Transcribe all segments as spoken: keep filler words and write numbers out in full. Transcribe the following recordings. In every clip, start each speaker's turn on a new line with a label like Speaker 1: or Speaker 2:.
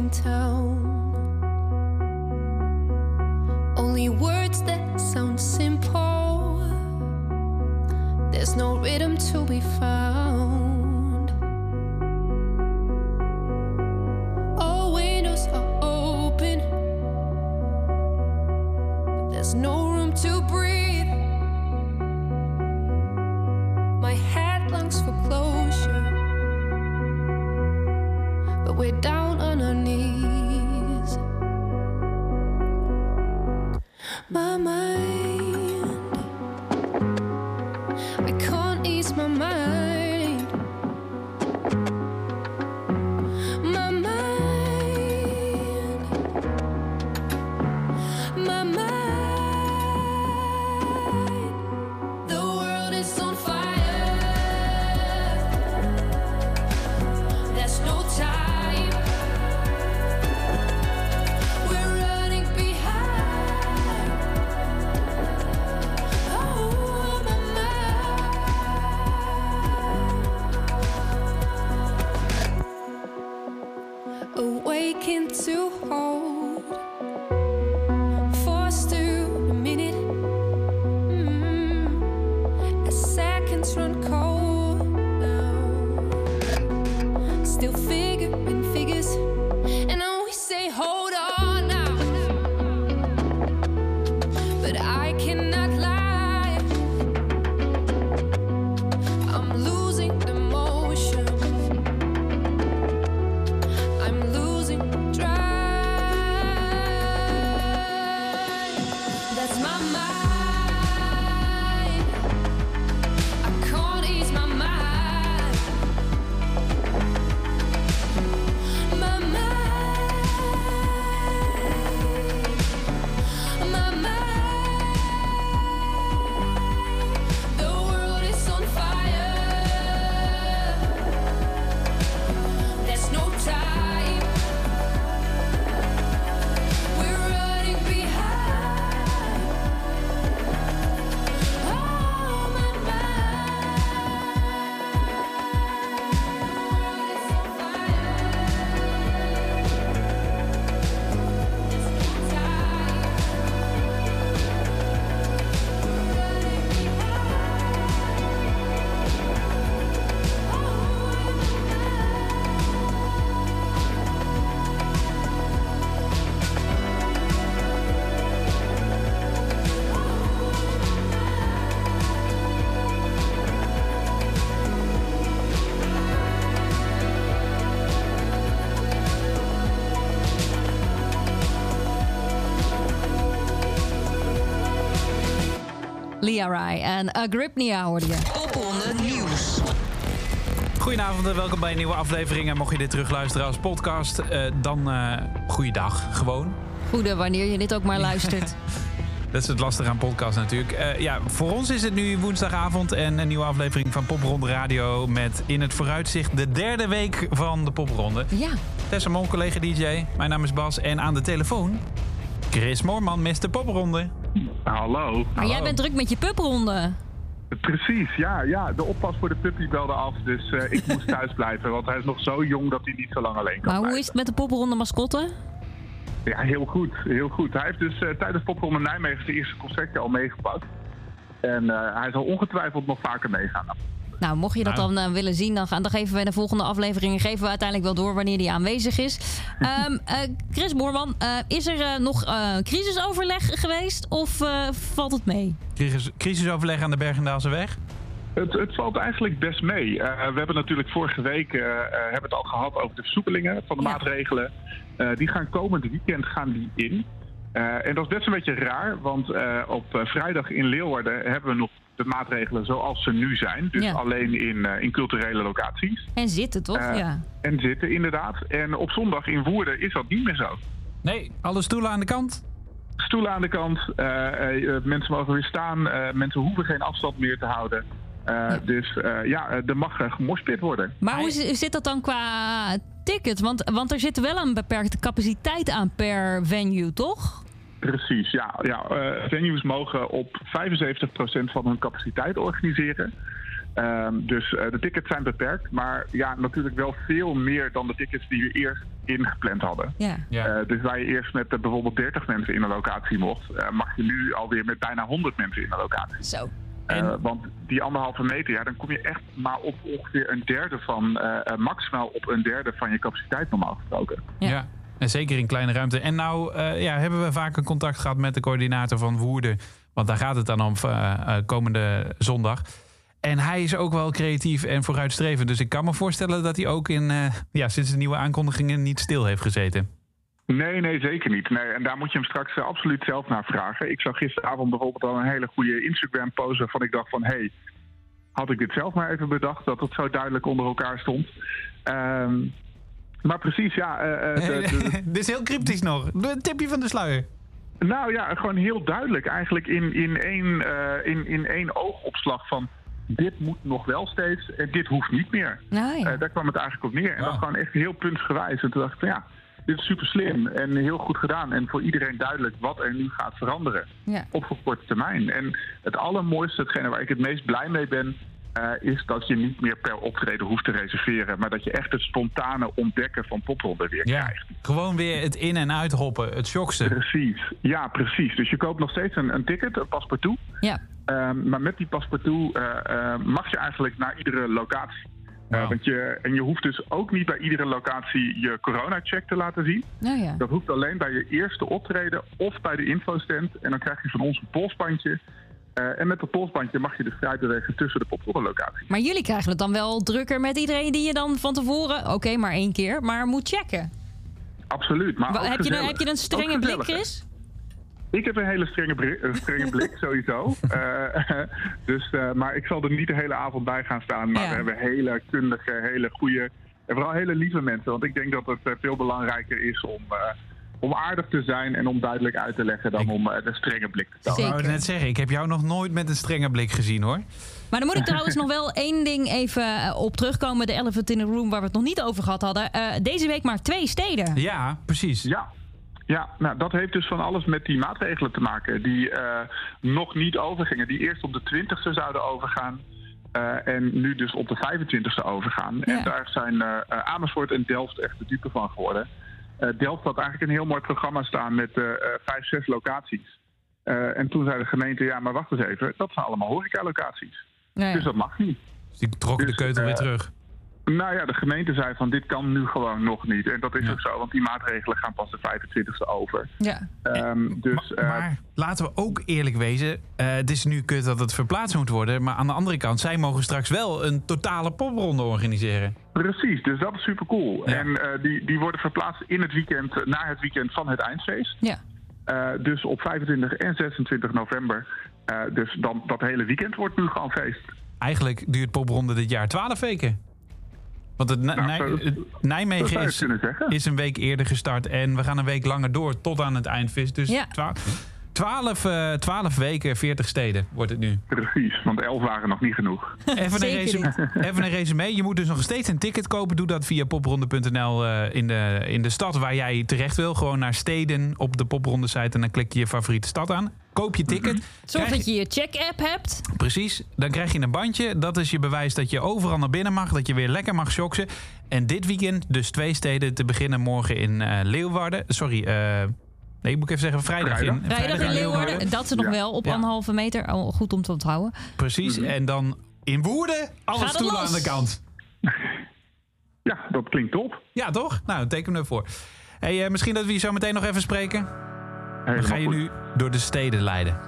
Speaker 1: in town. Only words that sound simple. There's no rhythm to be found. All windows are open, but there's no room to breathe. My head longs for closure, but we're down on our knees. My mind, I can't ease my mind. My mind, my mind. The world is on fire. There's no time. We're running behind. Oh, my mind. Awaken to hold. Forced to a minute. Mm. As seconds run cold now. Still figuring figures. And I always say, hold on now. But I cannot lie. I'm losing the motion. I'm losing drive. That's my mind. I can't ease my mind. My mind. My mind. The world is on fire. There's no time. We're running behind. Oh, my
Speaker 2: Lia Rai en Agrypnia hoorde je.
Speaker 3: Popronde Nieuws.
Speaker 4: Goedenavond en welkom bij een nieuwe aflevering. En mocht je dit terugluisteren als podcast, uh, dan uh, goeiedag gewoon.
Speaker 2: Goede, wanneer je dit ook maar luistert.
Speaker 4: Dat is het lastige aan podcast natuurlijk. Uh, ja, voor ons is het nu woensdagavond en een nieuwe aflevering van Popronde Radio met in het vooruitzicht de derde week van de Popronde.
Speaker 2: Ja.
Speaker 4: Tessa Mol, collega D J. Mijn naam is Bas en aan de telefoon Chris Moorman, mister Popronde.
Speaker 5: Hallo.
Speaker 2: Maar
Speaker 5: Hallo.
Speaker 2: jij bent druk met je pupronde.
Speaker 5: Precies, ja, ja. De oppas voor de puppy belde af, dus uh, ik moest thuis blijven. Want hij is nog zo jong dat hij niet zo lang alleen kan
Speaker 2: Maar hoe
Speaker 5: blijven.
Speaker 2: is het met de popronde mascotte?
Speaker 5: Ja, heel goed, heel goed. Hij heeft dus uh, tijdens Popronde Nijmegen zijn eerste concertje al meegepakt. En uh, hij zal ongetwijfeld nog vaker meegaan.
Speaker 2: Nou, mocht je dat
Speaker 4: Nou.
Speaker 2: dan uh, willen zien, dan, gaan, dan geven we in de volgende aflevering geven we uiteindelijk wel door wanneer die aanwezig is. Um, uh, Chris Moorman, uh, is er uh, nog uh, crisisoverleg geweest of uh, valt het mee?
Speaker 4: Crisis, crisisoverleg aan de Bergendaalse weg?
Speaker 5: Het, het valt eigenlijk best mee. Uh, we hebben natuurlijk vorige week uh, uh, hebben het al gehad over de versoepelingen van de
Speaker 2: Ja.
Speaker 5: maatregelen. Uh, die gaan komend weekend gaan die in. Uh, en dat is best een beetje raar, want uh, op uh, vrijdag in Leeuwarden hebben we nog de maatregelen zoals ze nu zijn. Dus
Speaker 2: Ja.
Speaker 5: alleen in, uh, in culturele locaties.
Speaker 2: En zitten, toch?
Speaker 5: Uh,
Speaker 2: ja.
Speaker 5: En zitten, inderdaad. En op zondag in Woerden is dat niet meer zo.
Speaker 4: Nee, alle stoelen aan de kant?
Speaker 5: Stoelen aan de kant, uh, uh, mensen mogen weer staan, uh, mensen hoeven geen afstand meer te houden. Uh,
Speaker 2: Ja.
Speaker 5: Dus uh, ja, er mag uh, gemorspeerd worden.
Speaker 2: Maar hoe zi- zit dat dan qua ticket? Want, want er zit wel een beperkte capaciteit aan per venue, toch?
Speaker 5: Precies, ja. ja uh, venues mogen op vijfenzeventig procent van hun capaciteit organiseren. Um, dus uh, de tickets zijn beperkt, maar ja, natuurlijk wel veel meer dan de tickets die we eerst ingepland hadden.
Speaker 2: Ja.
Speaker 4: Ja.
Speaker 5: Uh, dus waar je eerst met uh, bijvoorbeeld dertig mensen in een locatie mocht, uh, mag je nu alweer met bijna honderd mensen in een locatie.
Speaker 2: Zo.
Speaker 4: En...
Speaker 5: Uh, want die anderhalve meter, ja, dan kom je echt maar op ongeveer een derde van, uh, uh, maximaal op een derde van je capaciteit normaal gesproken.
Speaker 2: Ja.
Speaker 4: ja. En zeker in kleine ruimte. En nou uh, ja, hebben we vaak een contact gehad met de coördinator van Woerden. Want daar gaat het dan om uh, uh, komende zondag. En hij is ook wel creatief en vooruitstrevend. Dus ik kan me voorstellen dat hij ook in, uh, ja, sinds de nieuwe aankondigingen niet stil heeft gezeten.
Speaker 5: Nee, nee, zeker niet. Nee, en daar moet je hem straks uh, absoluut zelf naar vragen. Ik zag gisteravond bijvoorbeeld al een hele goede Instagram-post waarvan ik dacht van... hé, hey, had ik dit zelf maar even bedacht dat het zo duidelijk onder elkaar stond. Um, maar precies, ja... Uh, uh, de, de...
Speaker 4: Dit is heel cryptisch nog. Een tipje van de sluier.
Speaker 5: Nou ja, gewoon heel duidelijk eigenlijk in, in, één, uh, in, in één oogopslag van... dit moet nog wel steeds en dit hoeft niet meer.
Speaker 2: Nou ja.
Speaker 5: uh, daar kwam het eigenlijk op neer. En
Speaker 4: wow.
Speaker 5: dat gewoon echt heel puntsgewijs. En toen dacht ik van ja, dit is super slim en heel goed gedaan. En voor iedereen duidelijk wat er nu gaat veranderen.
Speaker 2: Ja.
Speaker 5: Op korte termijn. En het allermooiste, hetgene waar ik het meest blij mee ben... Uh, is dat je niet meer per optreden hoeft te reserveren. Maar dat je echt het spontane ontdekken van popronde weer
Speaker 4: Ja,
Speaker 5: krijgt.
Speaker 4: gewoon weer het in- en uithoppen, het shockste.
Speaker 5: Precies, ja precies. Dus je koopt nog steeds een, een ticket, een paspartout.
Speaker 2: Ja.
Speaker 5: Um, maar met die paspartout uh, uh, mag je eigenlijk naar iedere locatie. Uh,
Speaker 4: Wow.
Speaker 5: want je, en je hoeft dus ook niet bij iedere locatie je corona-check te laten zien.
Speaker 2: Nou ja.
Speaker 5: Dat hoeft alleen bij je eerste optreden of bij de infostand. En dan krijg je van ons een polsbandje. Uh, en met dat polsbandje mag je dus vrij bewegen tussen de popronde-locaties.
Speaker 2: Maar jullie krijgen het dan wel drukker met iedereen die je dan van tevoren... oké, okay, maar één keer, maar moet checken.
Speaker 5: Absoluut. Maar
Speaker 2: Wa-
Speaker 5: ook
Speaker 2: heb, je,
Speaker 5: gezellig.
Speaker 2: heb je een strenge
Speaker 5: Ook
Speaker 2: blik,
Speaker 5: gezellig, hè?
Speaker 2: Chris?
Speaker 5: Ik heb een hele strenge, bri- een strenge blik, sowieso. Uh, dus, uh, maar ik zal er niet de hele avond bij gaan staan. Maar
Speaker 2: Ja.
Speaker 5: we hebben hele kundige, hele goede... en vooral hele lieve mensen. Want ik denk dat het uh, veel belangrijker is om... Uh, om aardig te zijn en om duidelijk uit te leggen... dan
Speaker 4: Ik...
Speaker 5: om uh, de strenge blik te tonen.
Speaker 4: Ik
Speaker 2: Zeker.
Speaker 4: wou net zeggen, ik heb jou nog nooit met een strenge blik gezien, hoor.
Speaker 2: Maar dan moet ik trouwens nog wel één ding even op terugkomen. De elephant in the room, waar we het nog niet over gehad hadden. Uh, deze week maar twee steden.
Speaker 4: Ja, precies.
Speaker 5: Ja. Ja, nou dat heeft dus van alles met die maatregelen te maken... die uh, nog niet overgingen. Die eerst op de twintigste zouden overgaan... Uh, en nu dus op de vijfentwintigste overgaan.
Speaker 2: Ja.
Speaker 5: En daar zijn uh, Amersfoort en Delft echt de dupe van geworden... Uh, Delft had eigenlijk een heel mooi programma staan met uh, uh, vijf, zes locaties. Uh, en toen zei de gemeente, ja, maar wacht eens even, dat zijn allemaal horecalocaties.
Speaker 2: Nee.
Speaker 5: Dus dat mag niet.
Speaker 4: Dus die trokken
Speaker 5: Dus,
Speaker 4: de keutel
Speaker 5: uh,
Speaker 4: weer terug.
Speaker 5: Nou ja, de gemeente zei van, dit kan nu gewoon nog niet. En dat is
Speaker 4: Ja.
Speaker 5: ook zo, want die maatregelen gaan pas de vijfentwintigste over.
Speaker 2: Ja.
Speaker 5: Um, dus,
Speaker 4: maar,
Speaker 5: uh,
Speaker 4: maar laten we ook eerlijk wezen. Uh, het is nu kut dat het verplaatst moet worden. Maar aan de andere kant, zij mogen straks wel een totale popronde organiseren.
Speaker 5: Precies, dus dat is super cool.
Speaker 4: Ja.
Speaker 5: En uh, die, die worden verplaatst in het weekend, uh, na het weekend van het eindfeest.
Speaker 2: Ja.
Speaker 5: Uh, dus op vijfentwintig en zesentwintig november. Uh, dus dan, dat hele weekend wordt nu gewoon feest.
Speaker 4: Eigenlijk duurt popronde dit jaar twaalf weken. Want het,
Speaker 5: Nou,
Speaker 4: Nij-
Speaker 5: zo-
Speaker 4: het
Speaker 5: dat
Speaker 4: Nijmegen
Speaker 5: zou je
Speaker 4: is,
Speaker 5: kunnen zeggen.
Speaker 4: is een week eerder gestart. En we gaan een week langer door tot aan het eindvis. Dus
Speaker 2: Ja.
Speaker 4: twaalf, twaalf, uh, twaalf weken, veertig steden wordt het nu.
Speaker 5: Precies, want elf waren nog niet genoeg.
Speaker 4: Even een,
Speaker 2: Zeker
Speaker 4: resume, even een resume. Je moet dus nog steeds een ticket kopen. Doe dat via popronde punt n l uh, in, de, in de stad waar jij terecht wil. Gewoon naar steden op de popronde site en dan klik je je favoriete stad aan. Koop je ticket.
Speaker 2: Zorg
Speaker 4: Krijg
Speaker 2: dat je je check-app hebt.
Speaker 4: Precies. Dan krijg je een bandje. Dat is je bewijs dat je overal naar binnen mag. Dat je weer lekker mag shocksen. En dit weekend dus twee steden te beginnen. Morgen in uh, Leeuwarden. Sorry, uh, nee, moet ik even zeggen vrijdag.
Speaker 5: Vrijdag.
Speaker 4: In,
Speaker 2: Vrijdag in Leeuwarden. Dat is nog
Speaker 5: Ja.
Speaker 2: wel op
Speaker 4: Ja.
Speaker 2: anderhalve meter. Oh, goed om te onthouden.
Speaker 4: Precies.
Speaker 5: Mhm.
Speaker 4: En dan in Woerden alle
Speaker 2: Gaat het
Speaker 4: stoelen
Speaker 2: los?
Speaker 4: aan de kant.
Speaker 5: Ja, dat klinkt top.
Speaker 4: Ja, toch? Nou, teken hem voor. Hey, uh, misschien dat we je zo meteen nog even spreken. Dan
Speaker 5: Helemaal
Speaker 4: ga je
Speaker 5: goed.
Speaker 4: nu door de steden leiden.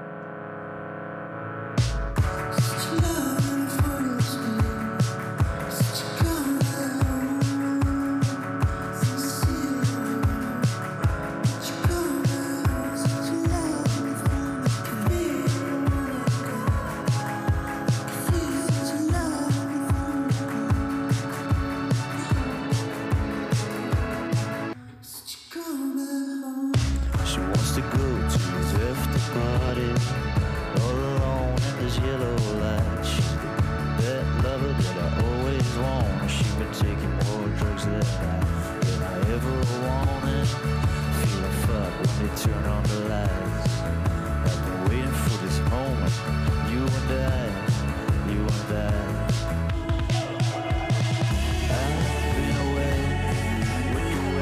Speaker 3: She wants to go to the after party, all alone in this yellow light. She's that lover that I always want. She's been taking more drugs than I, than I ever wanted. Feeling fucked when they turn on the lights. I've been waiting for this moment, you and I, you and I. I've been away when you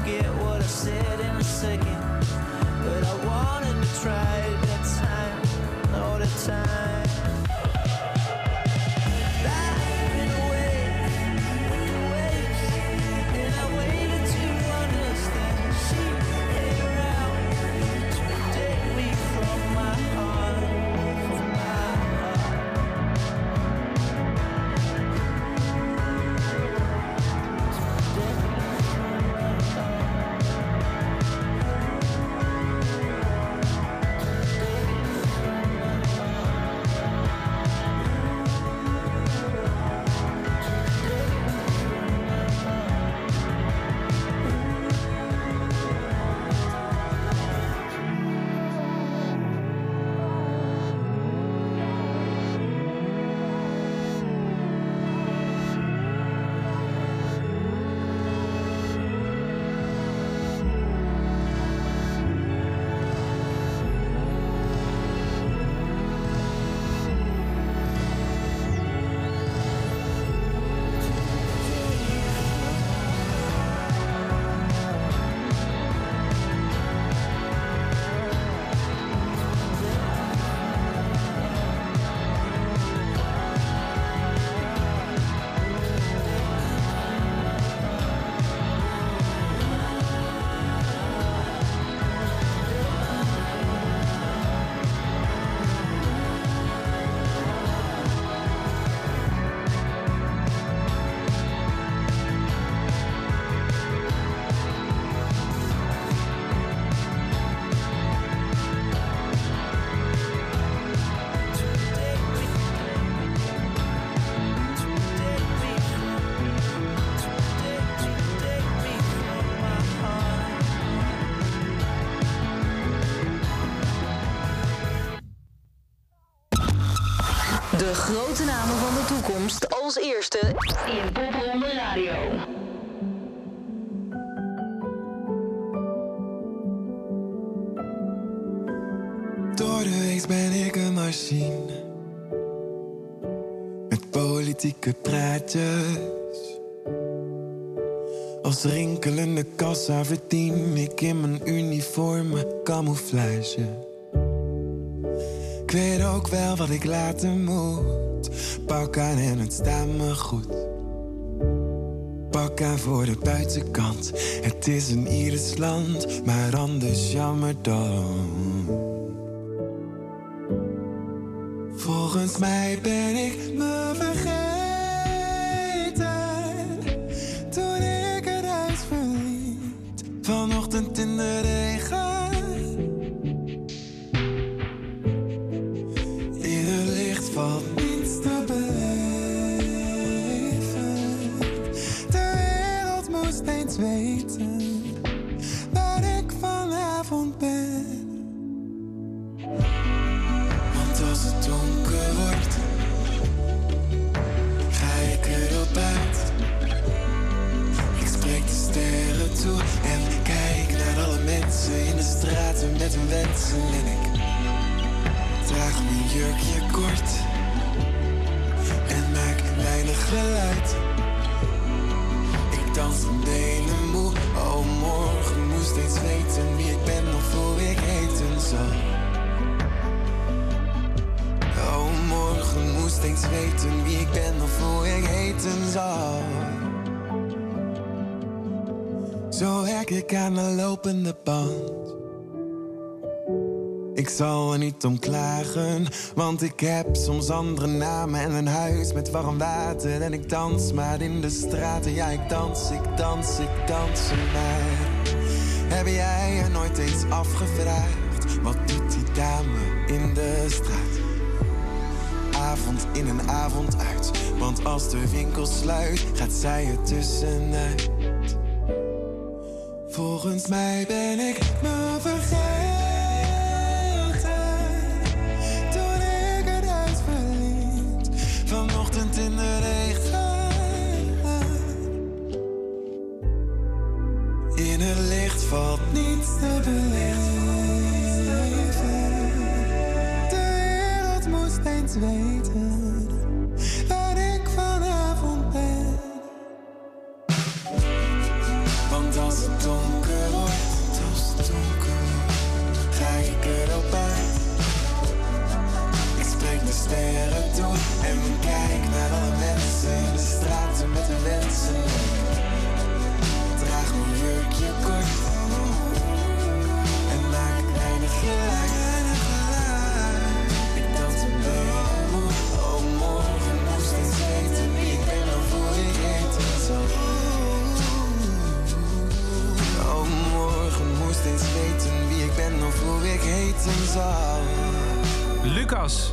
Speaker 3: forget what I said in a second, but I wanted to try it that time, all the time. I've been away with the waves, and I waited to understand. She came around to protect me from my heart, from my heart.
Speaker 6: De grote namen van de toekomst als eerste in Popronde Radio.
Speaker 7: Door de week ben ik een machine met politieke praatjes. Als rinkelende kassa verdien ik in mijn uniforme camouflage. Ik weet ook wel wat ik laten moet. Pak aan en het staat me goed. Pak aan voor de buitenkant. Het is een ieders land, maar anders jammer dan. Volgens mij ben ik me vergeten toen ik het huis verliet. Vanochtend in de regen. In het licht valt niets te beleven. De wereld moest eens weten waar ik vanavond ben. Want als het donker wordt, ga ik erop uit. Ik spreek de sterren toe en kijk naar alle mensen in de straten met hun wensen. En ik draag mijn jurkje kort en maak weinig geluid. Ik dans mijn benen moe, oh morgen moest eens weten wie ik ben of hoe ik heten zal. Oh morgen moest eens weten wie ik ben of hoe ik heten zal. Zo werk ik aan de lopende band. Ik zal er niet om klagen, want ik heb soms andere namen en een huis met warm water. En ik dans maar in de straten, ja ik dans, ik dans, ik dans maar. Heb jij er nooit eens afgevraagd, wat doet die dame in de straat? Avond in en avond uit, want als de winkel sluit, gaat zij er tussenuit. Volgens mij ben ik me vergeten toen ik het huis verliet. Vanochtend in de regen. In het licht valt niets te beleven. De wereld moest eens weten waar ik vanavond ben. Want als het donker sterren toe. En kijk naar alle mensen in de straten met hun wensen. Draag mijn jurkje kort en maak weinig geluid. Ik dans een beetje moe. Oh, morgen moest eens weten wie ik ben of hoe ik heten zal. Oh, morgen moest eens weten wie ik ben of hoe ik heten zal.
Speaker 4: Lucas.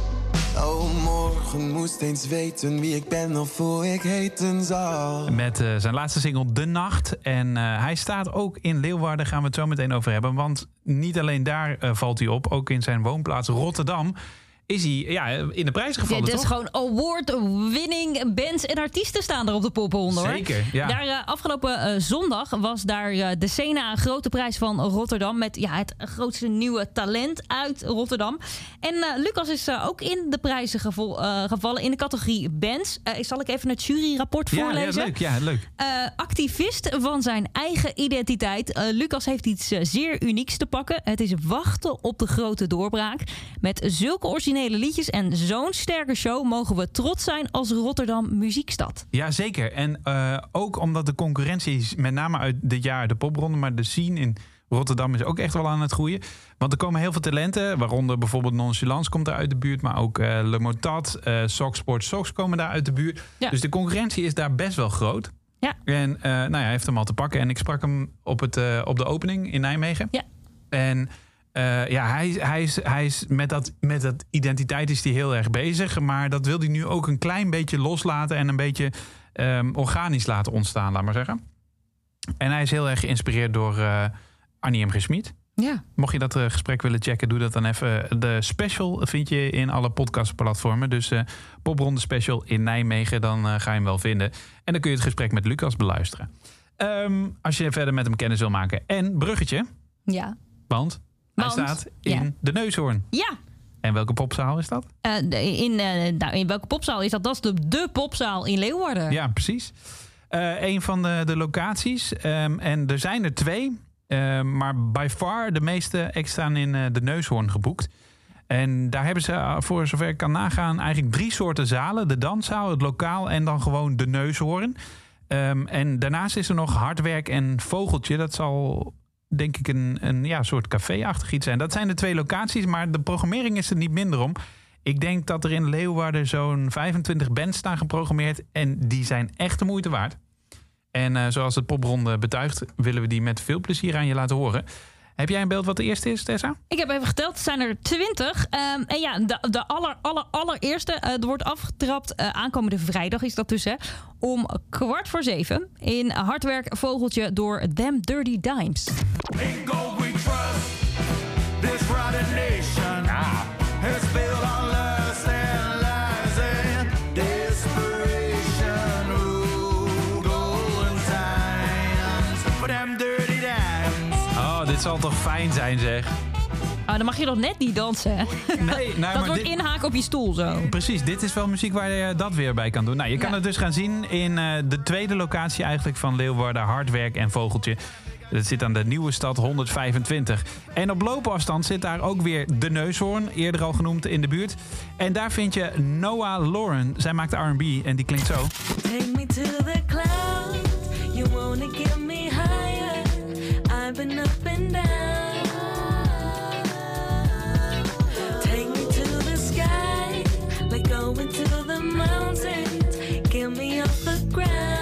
Speaker 7: Oh, morgen moest eens weten wie ik ben of hoe ik heten zal.
Speaker 4: Met uh, zijn laatste single De Nacht. En uh, hij staat ook in Leeuwarden, gaan we het zo meteen over hebben. Want niet alleen daar uh, valt hij op, ook in zijn woonplaats Rotterdam is hij ja, in de prijzen gevallen,
Speaker 2: ja,
Speaker 4: toch?
Speaker 2: Het is gewoon award-winning bands en artiesten staan er op de popronde, hoor.
Speaker 4: Zeker, ja.
Speaker 2: Daar, uh, afgelopen uh, zondag was daar uh, de Sena een grote prijs van Rotterdam... met ja, het grootste nieuwe talent uit Rotterdam. En uh, Lucas is uh, ook in de prijzen gevo- uh, gevallen in de categorie bands. Uh, zal ik even het juryrapport voorlezen?
Speaker 4: Ja, ja, leuk. Ja, leuk.
Speaker 2: Uh, activist van zijn eigen identiteit. Uh, Lucas heeft iets uh, zeer unieks te pakken. Het is wachten op de grote doorbraak. Met zulke originele liedjes en zo'n sterke show mogen we trots zijn als Rotterdam muziekstad.
Speaker 4: Ja, zeker. En uh, ook omdat de concurrentie is, met name uit dit jaar de popronde, maar de scene in Rotterdam is ook echt wel aan het groeien. Want er komen heel veel talenten, waaronder bijvoorbeeld Nonchalance komt daar uit de buurt, maar ook uh, Le Motat, uh, Sox Sport Sox komen daar uit de buurt. Ja. Dus de concurrentie is daar best wel groot.
Speaker 2: Ja.
Speaker 4: En uh, nou ja, hij heeft hem al te pakken. En ik sprak hem op, het, uh, op de opening in Nijmegen.
Speaker 2: Ja.
Speaker 4: En Uh, ja, hij, hij is, hij is met, dat, met dat identiteit is hij heel erg bezig. Maar dat wil hij nu ook een klein beetje loslaten en een beetje um, organisch laten ontstaan, laat maar zeggen. En hij is heel erg geïnspireerd door uh, Annie M. G. Schmid.
Speaker 2: Ja.
Speaker 4: Mocht je dat uh, gesprek willen checken, doe dat dan even. De special vind je in alle podcastplatformen. Dus uh, Popronde Special in Nijmegen, dan uh, ga je hem wel vinden. En dan kun je het gesprek met Lucas beluisteren. Um, als je verder met hem kennis wil maken. En bruggetje.
Speaker 2: Ja.
Speaker 4: Want...
Speaker 2: Want,
Speaker 4: hij staat in
Speaker 2: ja.
Speaker 4: de Neushoorn.
Speaker 2: Ja.
Speaker 4: En welke popzaal is dat?
Speaker 2: Uh, in, uh, nou, in welke popzaal is dat? Dat is de, de popzaal in Leeuwarden.
Speaker 4: Ja, precies. Uh, een van de, de locaties. Um, en er zijn er twee. Uh, maar by far de meeste extra in uh, de Neushoorn geboekt. En daar hebben ze, uh, voor zover ik kan nagaan, eigenlijk drie soorten zalen. De danszaal, het lokaal en dan gewoon de Neushoorn. Um, en daarnaast is er nog Hardwerk en Vogeltje. Dat zal... denk ik een, een ja, soort café-achtig iets zijn. Dat zijn de twee locaties, maar de programmering is er niet minder om. Ik denk dat er in Leeuwarden zo'n vijfentwintig bands staan geprogrammeerd. En die zijn echt de moeite waard. En uh, zoals het popronde betuigt, willen we die met veel plezier aan je laten horen. Heb jij een beeld wat de eerste is, Tessa?
Speaker 2: Ik heb even geteld, het zijn er twintig. Um, en ja, de, de aller, aller, allereerste uh, er wordt afgetrapt uh, aankomende vrijdag is dat dus, hè. Om kwart voor zeven in Hardwerk Vogeltje door Them Dirty Dimes.
Speaker 8: Bingo, we trust this rotten nation. It's built on lust and lies and desperation. Ooh, golden times for them dirty dimes.
Speaker 4: Oh, dit zal toch fijn zijn, zeg.
Speaker 2: Oh, dan mag je nog net niet dansen.
Speaker 4: Nee, nou,
Speaker 2: dat wordt
Speaker 4: dit...
Speaker 2: inhaken op je stoel zo.
Speaker 4: Precies, dit is wel muziek waar je dat weer bij kan doen. Nou, je kan ja. het dus gaan zien in uh, de tweede locatie eigenlijk van Leeuwarden, Hardwerk en Vogeltje. Dat zit aan de Nieuwe Stad honderdvijfentwintig. En op loopafstand zit daar ook weer de Neushoorn, eerder al genoemd in de buurt. En daar vind je Noah Lauren. Zij maakt R en B en die klinkt zo.
Speaker 9: Take me to the clouds, you wanna get me higher. I've been up and down. Take me to the sky, like going to the mountains. Get me off the ground.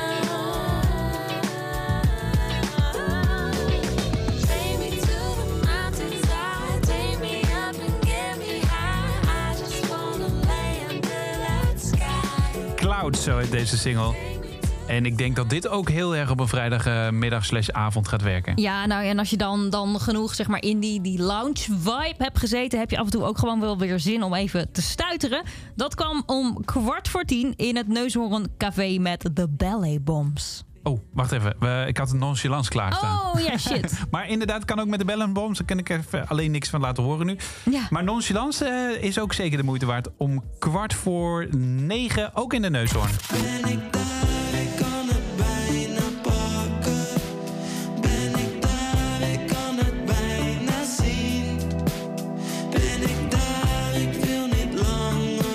Speaker 4: Clouds, zo heet deze single. En ik denk dat dit ook heel erg op een vrijdagmiddag slash avond gaat werken.
Speaker 2: Ja, nou en als je dan, dan genoeg zeg maar in die, die lounge vibe hebt gezeten, heb je af en toe ook gewoon wel weer zin om even te stuiteren. Dat kwam om kwart voor tien in het Neushoorn Café met de Ballet Bombs.
Speaker 4: Oh, wacht even. We, ik had een Nonchalance klaarstaan.
Speaker 2: Oh, ja, shit.
Speaker 4: Maar inderdaad, kan ook met de Ballet Bombs. Daar kan ik even alleen niks van laten horen nu.
Speaker 2: Ja.
Speaker 4: Maar Nonchalance uh, is ook zeker de moeite waard. Om kwart voor negen, ook in de Neushoorn.
Speaker 7: Ben ik daar, ik kan het bijna pakken. Ben ik daar, ik kan het bijna zien. Ben ik daar, ik wil niet langer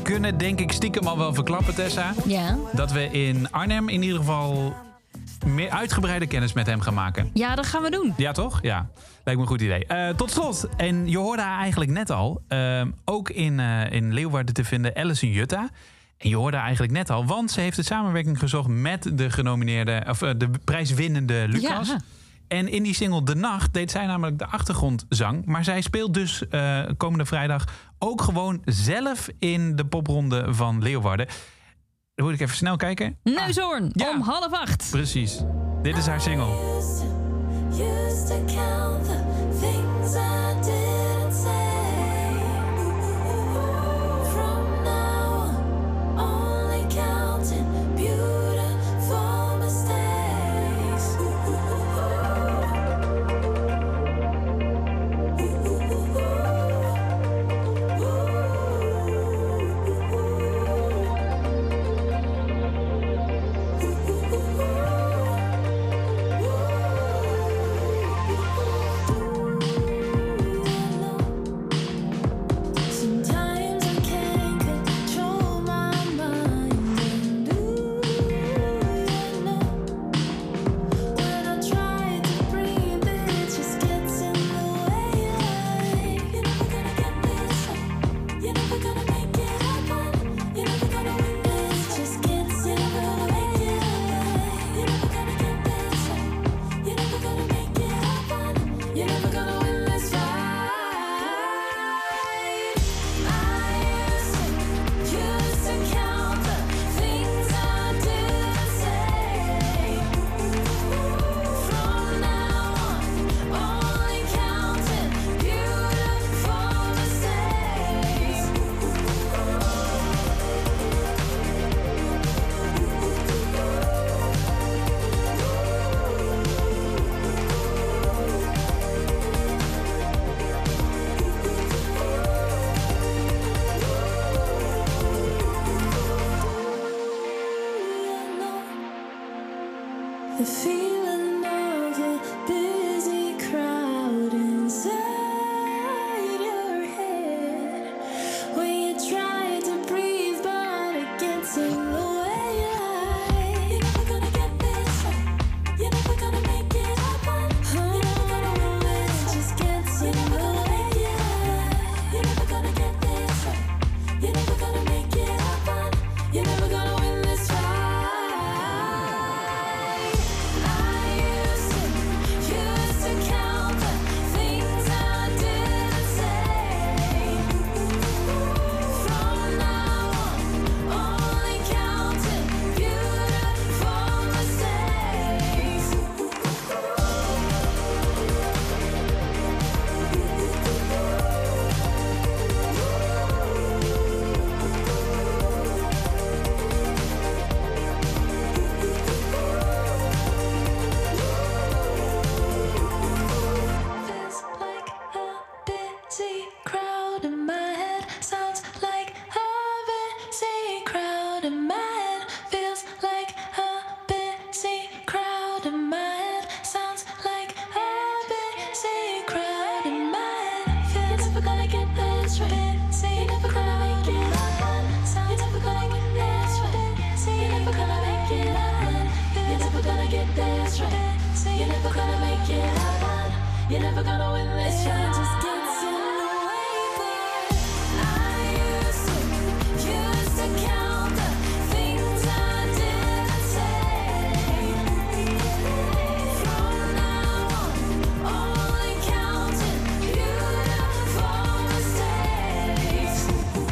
Speaker 4: kunnen denk ik stiekem al wel verklappen, Tessa.
Speaker 2: Ja.
Speaker 4: Dat we in Arnhem in ieder geval meer uitgebreide kennis met hem gaan maken.
Speaker 2: Ja, dat gaan we doen.
Speaker 4: Ja, toch? Ja, lijkt me een goed idee. Uh, tot slot, en je hoorde haar eigenlijk net al, uh, ook in, uh, in Leeuwarden te vinden, Alison Jutta. En je hoorde haar eigenlijk net al, want ze heeft de samenwerking gezocht met de genomineerde, of uh, de prijswinnende Lucas.
Speaker 2: Ja.
Speaker 4: En in die single De Nacht deed zij namelijk de achtergrondzang. Maar zij speelt dus uh, komende vrijdag ook gewoon zelf in de popronde van Leeuwarden. Dan moet ik even snel kijken.
Speaker 2: Neushoorn,
Speaker 4: Ah, ja.
Speaker 2: om half acht.
Speaker 4: Precies. Dit is haar single.
Speaker 9: Used to count the things I didn't say. From now on, only counting beautiful mistakes. Sometimes I can't control my mind, and ooh, you know, when I try to breathe, it just gets in the way. You're never gonna get this right. You're never gonna make it happen. You're never gonna win this. Just gets in the way. You're never gonna get this right. You're never gonna make it happen. You're never gonna win this fight. Used to count the things I didn't say. From now on, only counting beautiful mistakes. The feeling of a busy crowd inside your head, when you try to breathe but it gets in the way. You're never gonna get this right. You're never gonna make it happen. You're never gonna win this. It just gets in the way. You're never gonna get this right. You're never gonna make it happen. You're never gonna win this fight. Used to count the things I didn't say. From now on, only counting beautiful mistakes. Feels like a busy crowd in my head. Sounds like a busy crowd in my head. Feels like a busy crowd in my head. Sounds like a busy crowd in my head. You're never gonna get this right. You're never gonna make it happen. You're never gonna get this right. You're never gonna make it happen. You're never gonna get this right. You're never gonna make it happen. You're never gonna win this fight. Just gets in the way. I used to, used to count the things I didn't say. From now on, only counting beautiful mistakes.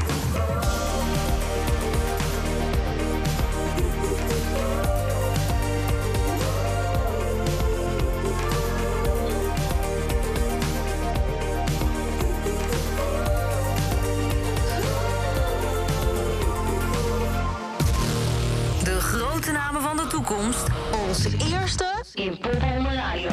Speaker 6: De grote namen van de toekomst. Onze eerste in Popronde Radio.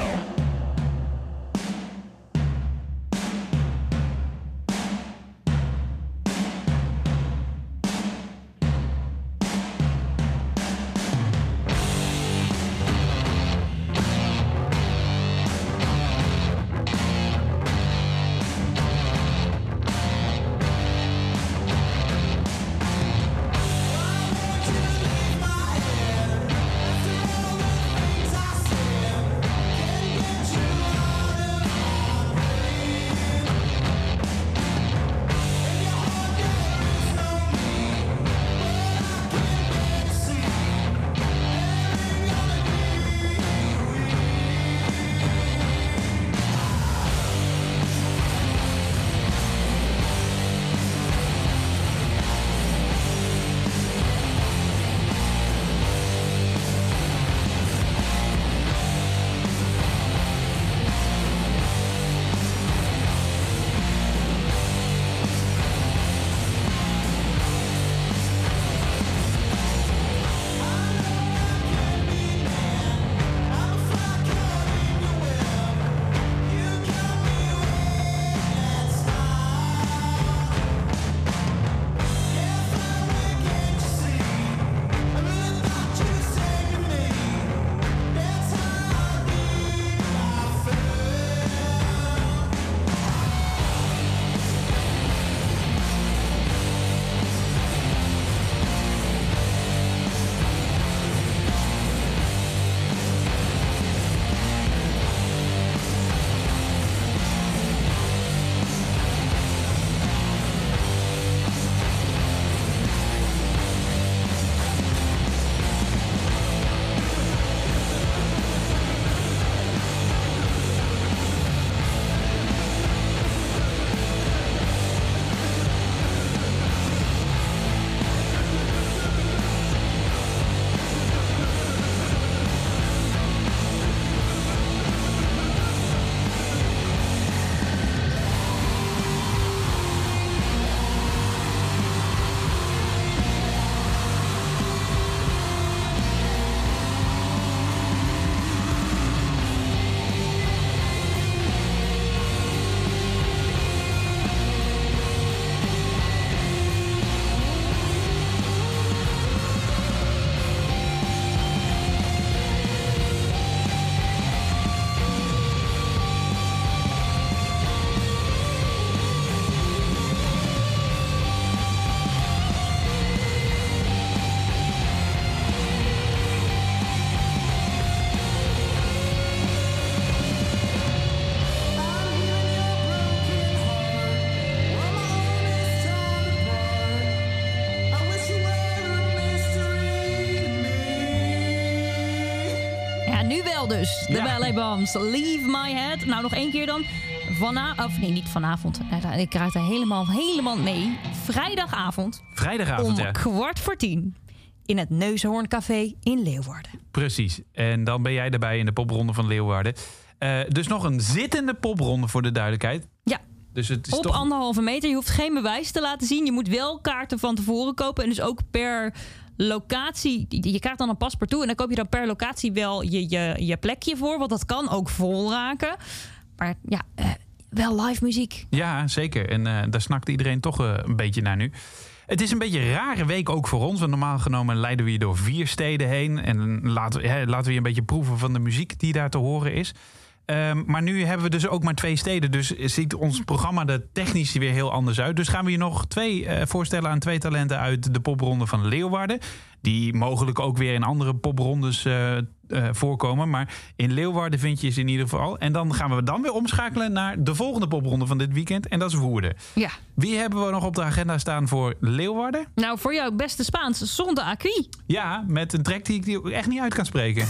Speaker 2: nu wel dus. De
Speaker 4: Ja.
Speaker 2: Ballet Bombs. Leave my head. Nou, nog één keer dan. Vanavond. Of nee, niet vanavond. Nee, ik raak er helemaal, helemaal... Nee, vrijdagavond.
Speaker 4: Vrijdagavond,
Speaker 2: Om
Speaker 4: ja.
Speaker 2: kwart voor tien. In het Neushoorncafé in Leeuwarden.
Speaker 4: Precies. En dan ben jij erbij in de popronde van Leeuwarden. Uh, dus nog een zittende popronde voor de duidelijkheid.
Speaker 2: Ja.
Speaker 4: Dus het is
Speaker 2: Op
Speaker 4: toch...
Speaker 2: anderhalve meter. Je hoeft geen bewijs te laten zien. Je moet wel kaarten van tevoren kopen. En dus ook per locatie. Je krijgt dan een paspartout. En dan koop je dan per locatie wel je, je, je plekje voor. Want dat kan ook vol raken. Maar ja, uh, wel live muziek.
Speaker 4: Ja, zeker. En uh, daar snakt iedereen toch uh, een beetje naar nu. Het is een beetje een rare week ook voor ons. Want normaal genomen leiden we je door vier steden heen. En laten we, hè, laten we je een beetje proeven van de muziek die daar te horen is. Um, maar nu hebben we dus ook maar twee steden. Dus ziet ons programma er technisch weer heel anders uit. Dus gaan we je nog twee uh, voorstellen aan twee talenten uit de popronde van Leeuwarden. Die mogelijk ook weer in andere poprondes uh, uh, voorkomen. Maar in Leeuwarden vind je ze in ieder geval. En dan gaan we dan weer omschakelen naar de volgende popronde van dit weekend. En dat is Woerden.
Speaker 2: Ja.
Speaker 4: Wie hebben we nog op de agenda staan voor Leeuwarden?
Speaker 2: Nou, voor jou beste Spaans, Son de Acqui.
Speaker 4: Ja, met een track die ik echt niet uit kan spreken.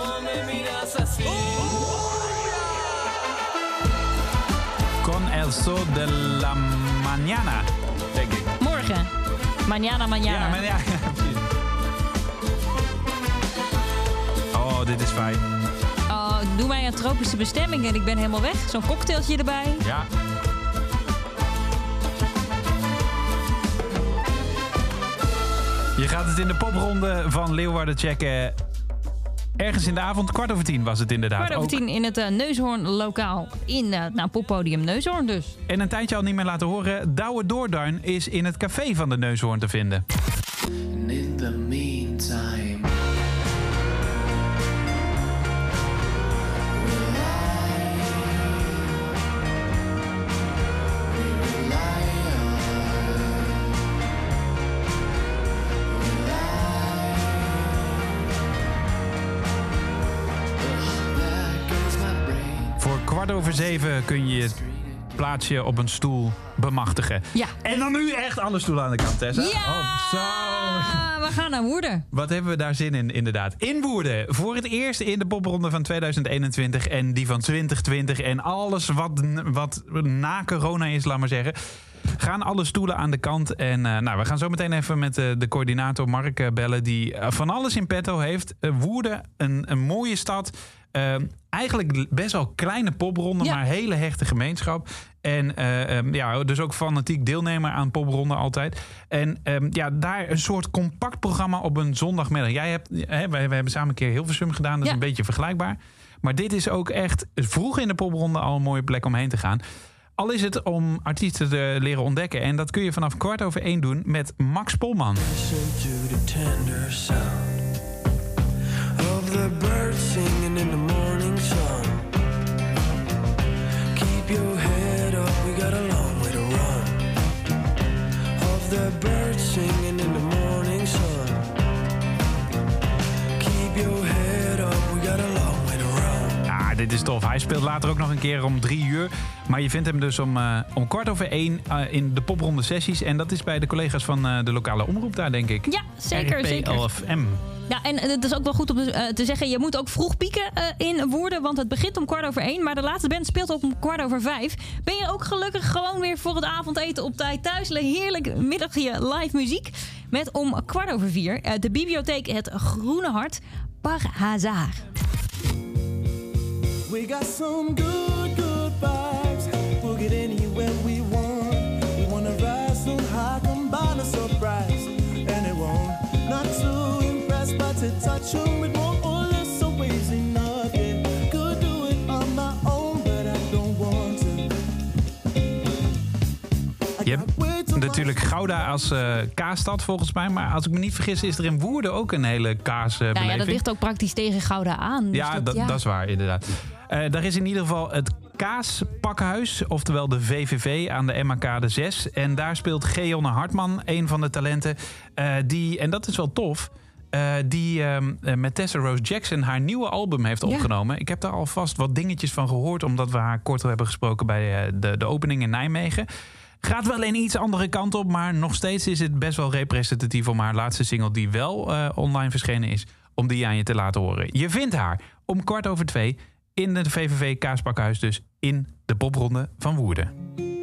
Speaker 4: Con el sol de la mañana, denk ik.
Speaker 2: Morgen. Mañana, mañana.
Speaker 4: Ja, maar ja, ja, precies. Oh, dit is fijn.
Speaker 2: Oh, doe mij een tropische bestemming en ik ben helemaal weg. Zo'n cocktailtje erbij.
Speaker 4: Ja. Je gaat het in de popronde van Leeuwarden checken. Ergens in de avond, kwart over tien was het inderdaad.
Speaker 2: Kwart over tien in het uh, Neushoorn-lokaal in uh, nou, poppodium Neushoorn dus.
Speaker 4: En een tijdje al niet meer laten horen. Douwe Doorduin is in het café van de Neushoorn te vinden.
Speaker 10: And in the meantime,
Speaker 4: Kwart over zeven kun je je plaatsje op een stoel bemachtigen.
Speaker 2: Ja.
Speaker 4: En dan nu echt alle stoelen aan de kant, Tessa.
Speaker 2: Ja!
Speaker 4: Oh, zo.
Speaker 2: We gaan naar Woerden.
Speaker 4: Wat hebben we daar zin in, inderdaad. In Woerden. Voor het eerst in de popronde van tweeduizend eenentwintig en die van twintig twintig. En alles wat, wat na corona is, laat maar zeggen. Gaan alle stoelen aan de kant. En uh, nou, we gaan zo meteen even met uh, de coördinator Mark uh, bellen. Die uh, van alles in petto heeft. Uh, Woerden, een, een mooie stad. Uh, eigenlijk best wel kleine popronde, ja. Maar hele hechte gemeenschap. En uh, um, ja, dus ook fanatiek deelnemer aan popronden altijd. En um, ja, daar een soort compact programma op een zondagmiddag. Jij hebt, hè, wij, wij hebben samen een keer Hilversum gedaan. Dat is ja. een beetje vergelijkbaar. Maar dit is ook echt vroeg in de popronde al een mooie plek om heen te gaan. Al is het om artiesten te leren ontdekken. En dat kun je vanaf kwart over één doen met Max Polman.
Speaker 11: The birds singing in the morning sun. Keep your head up, we got a long way to run. Of the birds singing in the morning sun. Keep your head up, we got a long way to run.
Speaker 4: Ja, dit is tof. Hij speelt later ook nog een keer om drie uur. Maar je vindt hem dus om, uh, om kwart over één uh, in de popronde sessies. En dat is bij de collega's van uh, de lokale omroep daar, denk ik.
Speaker 2: Ja, zeker,
Speaker 4: R P
Speaker 2: zeker.
Speaker 4: L F M.
Speaker 2: Ja, en het is ook wel goed om uh, te zeggen, je moet ook vroeg pieken uh, in Woerden, want het begint om kwart over één, maar de laatste band speelt ook om kwart over vijf. Ben je ook gelukkig gewoon weer voor het avondeten op tijd thuis? Heerlijk middagje live muziek met om kwart over vier uh, de bibliotheek Het Groene Hart, Par Hazard.
Speaker 11: We got some good, good vibes. We'll get anywhere we want. We wanna rise so high, combine a surprise, and it won't not too. But to touch you with more or less so easy nothing. Could do it on my own, but I don't want to.
Speaker 4: Je hebt natuurlijk Gouda als uh, kaasstad volgens mij. Maar als ik me niet vergis is er in Woerden ook een hele kaasbeleving. Uh,
Speaker 2: nou ja, dat ligt ook praktisch tegen Gouda aan. Dus
Speaker 4: ja,
Speaker 2: dat,
Speaker 4: dat,
Speaker 2: ja,
Speaker 4: dat is waar inderdaad. Uh, daar is in ieder geval het Kaaspakhuis, oftewel de V V V aan de M A K de zes. En daar speelt Geonne Hartman, een van de talenten. Uh, die, en dat is wel tof. Uh, die uh, met Tessa Rose Jackson haar nieuwe album heeft opgenomen. Ja. Ik heb daar alvast wat dingetjes van gehoord, omdat we haar kort hebben gesproken bij uh, de, de opening in Nijmegen. Gaat wel een iets andere kant op, maar nog steeds is het best wel representatief om haar laatste single, die wel uh, online verschenen is, om die aan je te laten horen. Je vindt haar om kwart over twee in de V V V Kaaspakhuis, dus in de popronde van Woerden.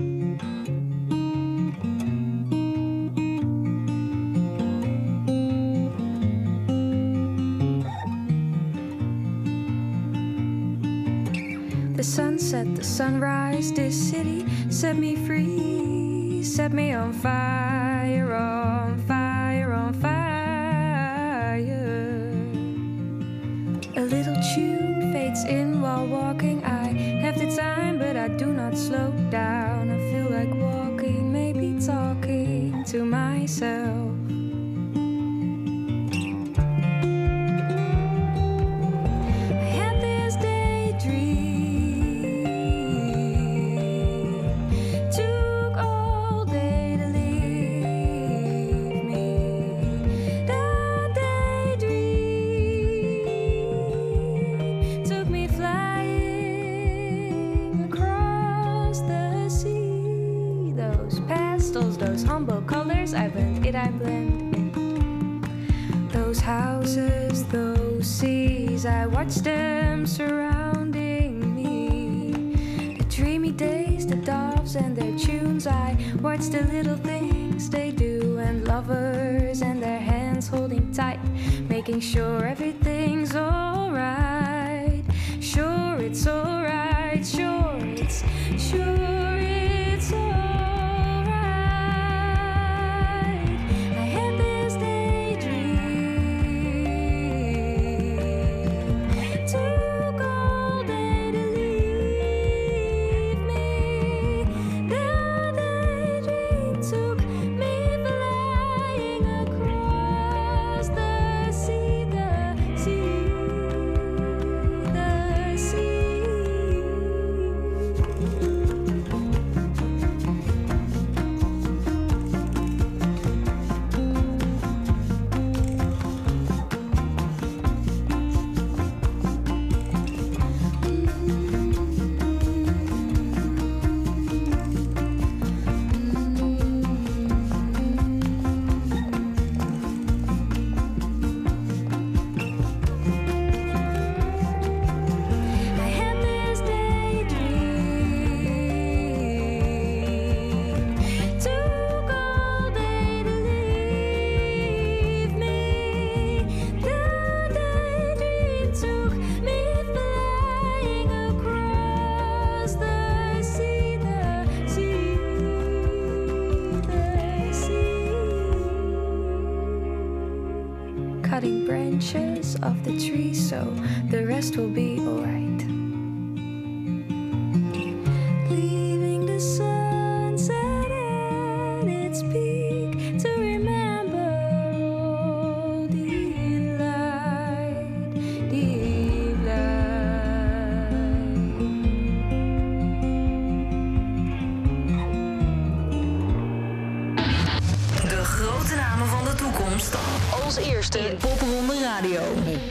Speaker 9: The sunset, the sunrise, this city set me free, set me on fire, on fire, on fire. A little tune fades in while walking. I have the time, but I do not slow down. I feel like walking, maybe talking to myself. I blend it, I blend in. Those houses, those seas, I watch them surrounding me. The dreamy days, the doves and their tunes, I watch the little things they do. And lovers and their hands holding tight, making sure everything's alright. Sure it's alright, sure it's, sure it's alright. Cutting branches of the tree so the rest will be alright. Leaving the sunset at its peak to remember all deep light, deep light.
Speaker 6: De grote namen van de toekomst. Als eerste in Popronde Radio.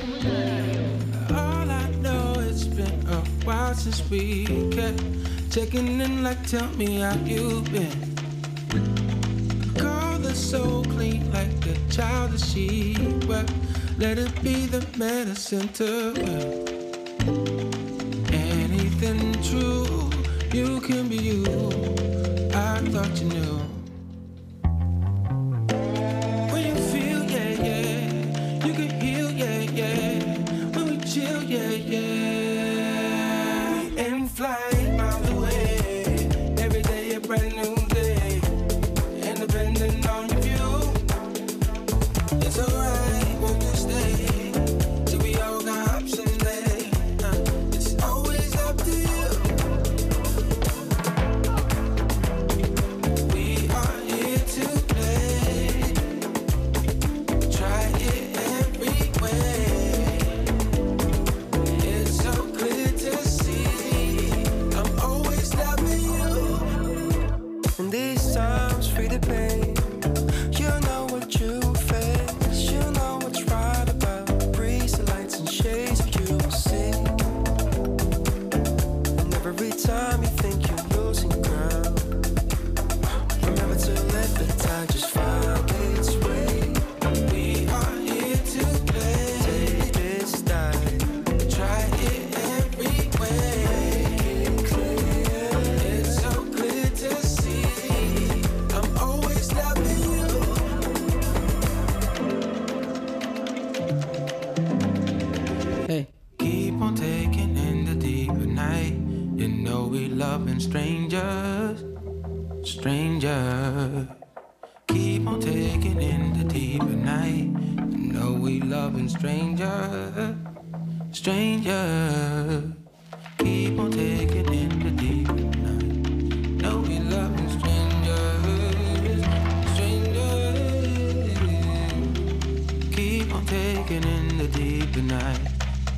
Speaker 11: All I know, it's been a while since we kept checking in like, tell me how you've been. Call the soul clean like a child that she wept. Let it be the medicine to it. Anything true, you can be you. I thought you knew. We
Speaker 7: stranger. Keep on taking in the deep at night. Know we loving stranger, stranger. Keep on taking in the deep at night. Know we loving strangers, strangers. Keep on taking in the deep at night.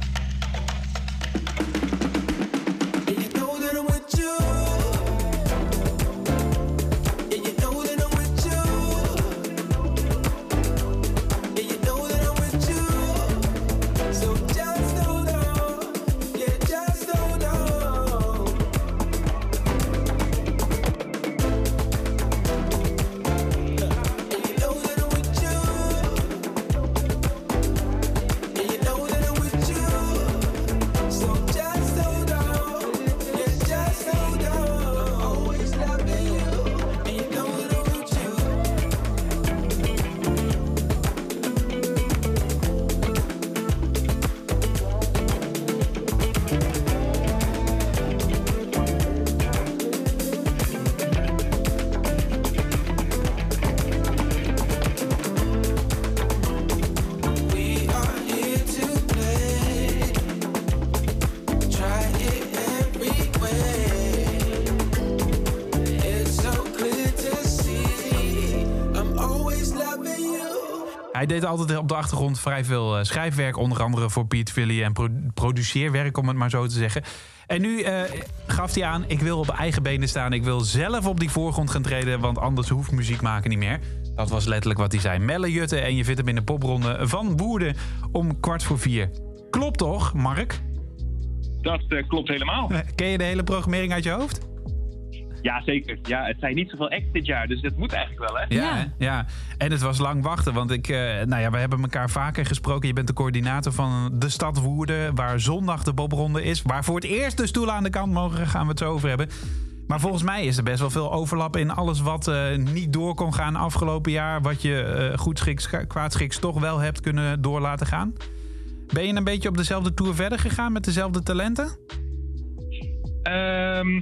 Speaker 4: Hij deed altijd op de achtergrond vrij veel uh, schrijfwerk. Onder andere voor Piet Villy en pro- produceerwerk, om het maar zo te zeggen. En nu uh, gaf hij aan, ik wil op eigen benen staan. Ik wil zelf op die voorgrond gaan treden, want anders hoeft muziek maken niet meer. Dat was letterlijk wat hij zei. Melle Jutte en je vindt hem in de popronde van Woerden om kwart voor vier. Klopt toch, Mark?
Speaker 12: Dat uh, klopt helemaal.
Speaker 4: Ken je de hele programmering uit je hoofd?
Speaker 12: Ja, zeker. Ja, het zijn niet zoveel acts dit jaar, dus dat moet eigenlijk wel, hè?
Speaker 4: Ja, ja. ja. En het was lang wachten, want ik, uh, nou ja, we hebben elkaar vaker gesproken. Je bent de coördinator van de stad Woerden, waar zondag de popronde is. Waar voor het eerst de stoelen aan de kant mogen, gaan we het zo over hebben. Maar volgens mij is er best wel veel overlap in alles wat uh, niet door kon gaan afgelopen jaar. Wat je uh, goedschiks, kwaadschiks toch wel hebt kunnen door laten gaan. Ben je een beetje op dezelfde tour verder gegaan met dezelfde talenten?
Speaker 12: Um,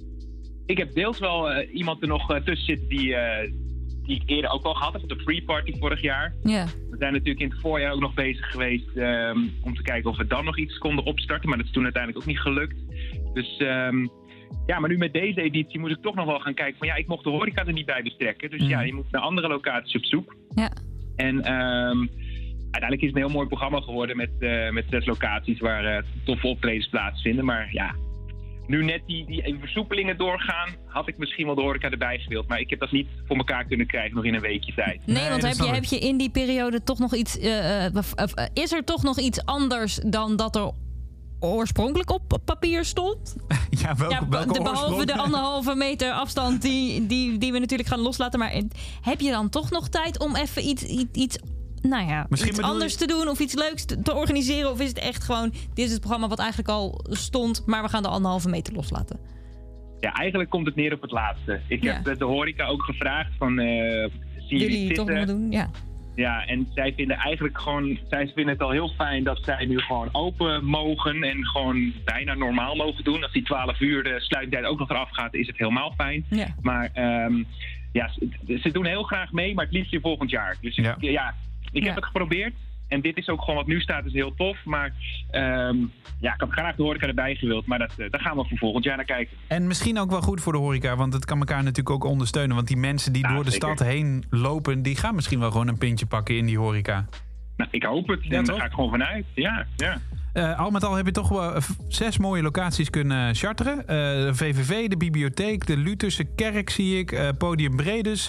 Speaker 12: ik heb deels wel uh, iemand er nog uh, tussen zitten die, uh, die ik eerder ook al gehad heb op de Free Party vorig jaar.
Speaker 2: Ja.
Speaker 12: We zijn natuurlijk in het voorjaar ook nog bezig geweest um, om te kijken of we dan nog iets konden opstarten. Maar dat is toen uiteindelijk ook niet gelukt. Dus um, ja, maar nu met deze editie moet ik toch nog wel gaan kijken van ja, ik mocht de horeca er niet bij betrekken. Dus mm. ja, je moet naar andere locaties op zoek.
Speaker 2: Ja.
Speaker 12: En um, uiteindelijk is het een heel mooi programma geworden met, uh, met zes locaties waar uh, toffe optredens plaatsvinden. Maar ja, nu net die, die versoepelingen doorgaan, had ik misschien wel de horeca erbij gewild. Maar ik heb dat niet voor elkaar kunnen krijgen nog in een weekje tijd.
Speaker 2: Nee,
Speaker 12: nee
Speaker 2: want heb je, heb je in die periode toch nog iets... Uh, uh, is er toch nog iets anders dan dat er oorspronkelijk op papier stond?
Speaker 4: Ja, welke, ja, welke
Speaker 2: de, behalve de anderhalve meter afstand die, die, die we natuurlijk gaan loslaten. Maar heb je dan toch nog tijd om even iets... iets, iets Nou ja, Misschien iets anders je... te doen of iets leuks te, te organiseren? Of is het echt gewoon, dit is het programma wat eigenlijk al stond, maar we gaan de anderhalve meter loslaten?
Speaker 12: Ja, eigenlijk komt het neer op het laatste. Ik
Speaker 2: ja.
Speaker 12: heb de horeca ook gevraagd van, uh, zien jullie
Speaker 2: het toch nog doen? Ja.
Speaker 12: Ja, en zij vinden eigenlijk gewoon, zij vinden het al heel fijn dat zij nu gewoon open mogen en gewoon bijna normaal mogen doen. Als die twaalf uur de sluitingstijd ook nog eraf gaat, is het helemaal fijn.
Speaker 2: Ja.
Speaker 12: Maar um, ja, ze, ze doen heel graag mee, maar het liefst in volgend jaar. Dus ja, ik, ja Ik ja. heb het geprobeerd en dit is ook gewoon wat nu staat, is heel tof. Maar um, ja, ik had graag de horeca erbij gewild, maar dat, uh, daar gaan we voor volgend jaar naar kijken.
Speaker 4: En misschien ook wel goed voor de horeca, want het kan elkaar natuurlijk ook ondersteunen. Want die mensen die nou, door de zeker. stad heen lopen, die gaan misschien wel gewoon een pintje pakken in die horeca.
Speaker 12: Nou, ik hoop het. Ja, en daar ga ik gewoon vanuit. Ja, ja.
Speaker 4: Uh, al met al heb je toch wel zes mooie locaties kunnen charteren. Uh, de V V V, de bibliotheek, de Lutherse kerk zie ik, uh, Podium Bredus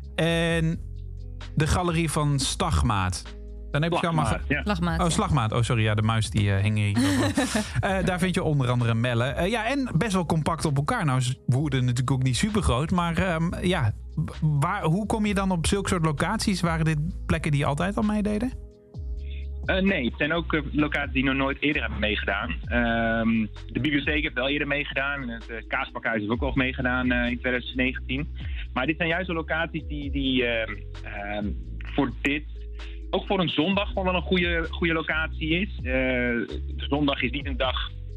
Speaker 4: en de galerie van Stagmaat. Dan heb je allemaal... Ge-
Speaker 2: ja. Slagmaat.
Speaker 4: Oh, Slagmaat. Oh, sorry. Ja, de muis die uh, hing hier. uh, daar vind je onder andere Melle. Uh, ja, en best wel compact op elkaar. Nou is Woerden natuurlijk ook niet super groot. Maar um, ja, waar, hoe kom je dan op zulke soort locaties? Waren dit plekken die altijd al meededen?
Speaker 12: Uh, nee, het zijn ook uh, locaties die nog nooit eerder hebben meegedaan. Um, de bibliotheek heeft wel eerder meegedaan. Het uh, Kaaspakhuis heeft ook wel meegedaan uh, in twintig negentien. Maar dit zijn juist de locaties die, die uh, uh, voor dit... ook voor een zondag gewoon wel een goede, goede locatie is. Uh, de zondag is niet een dag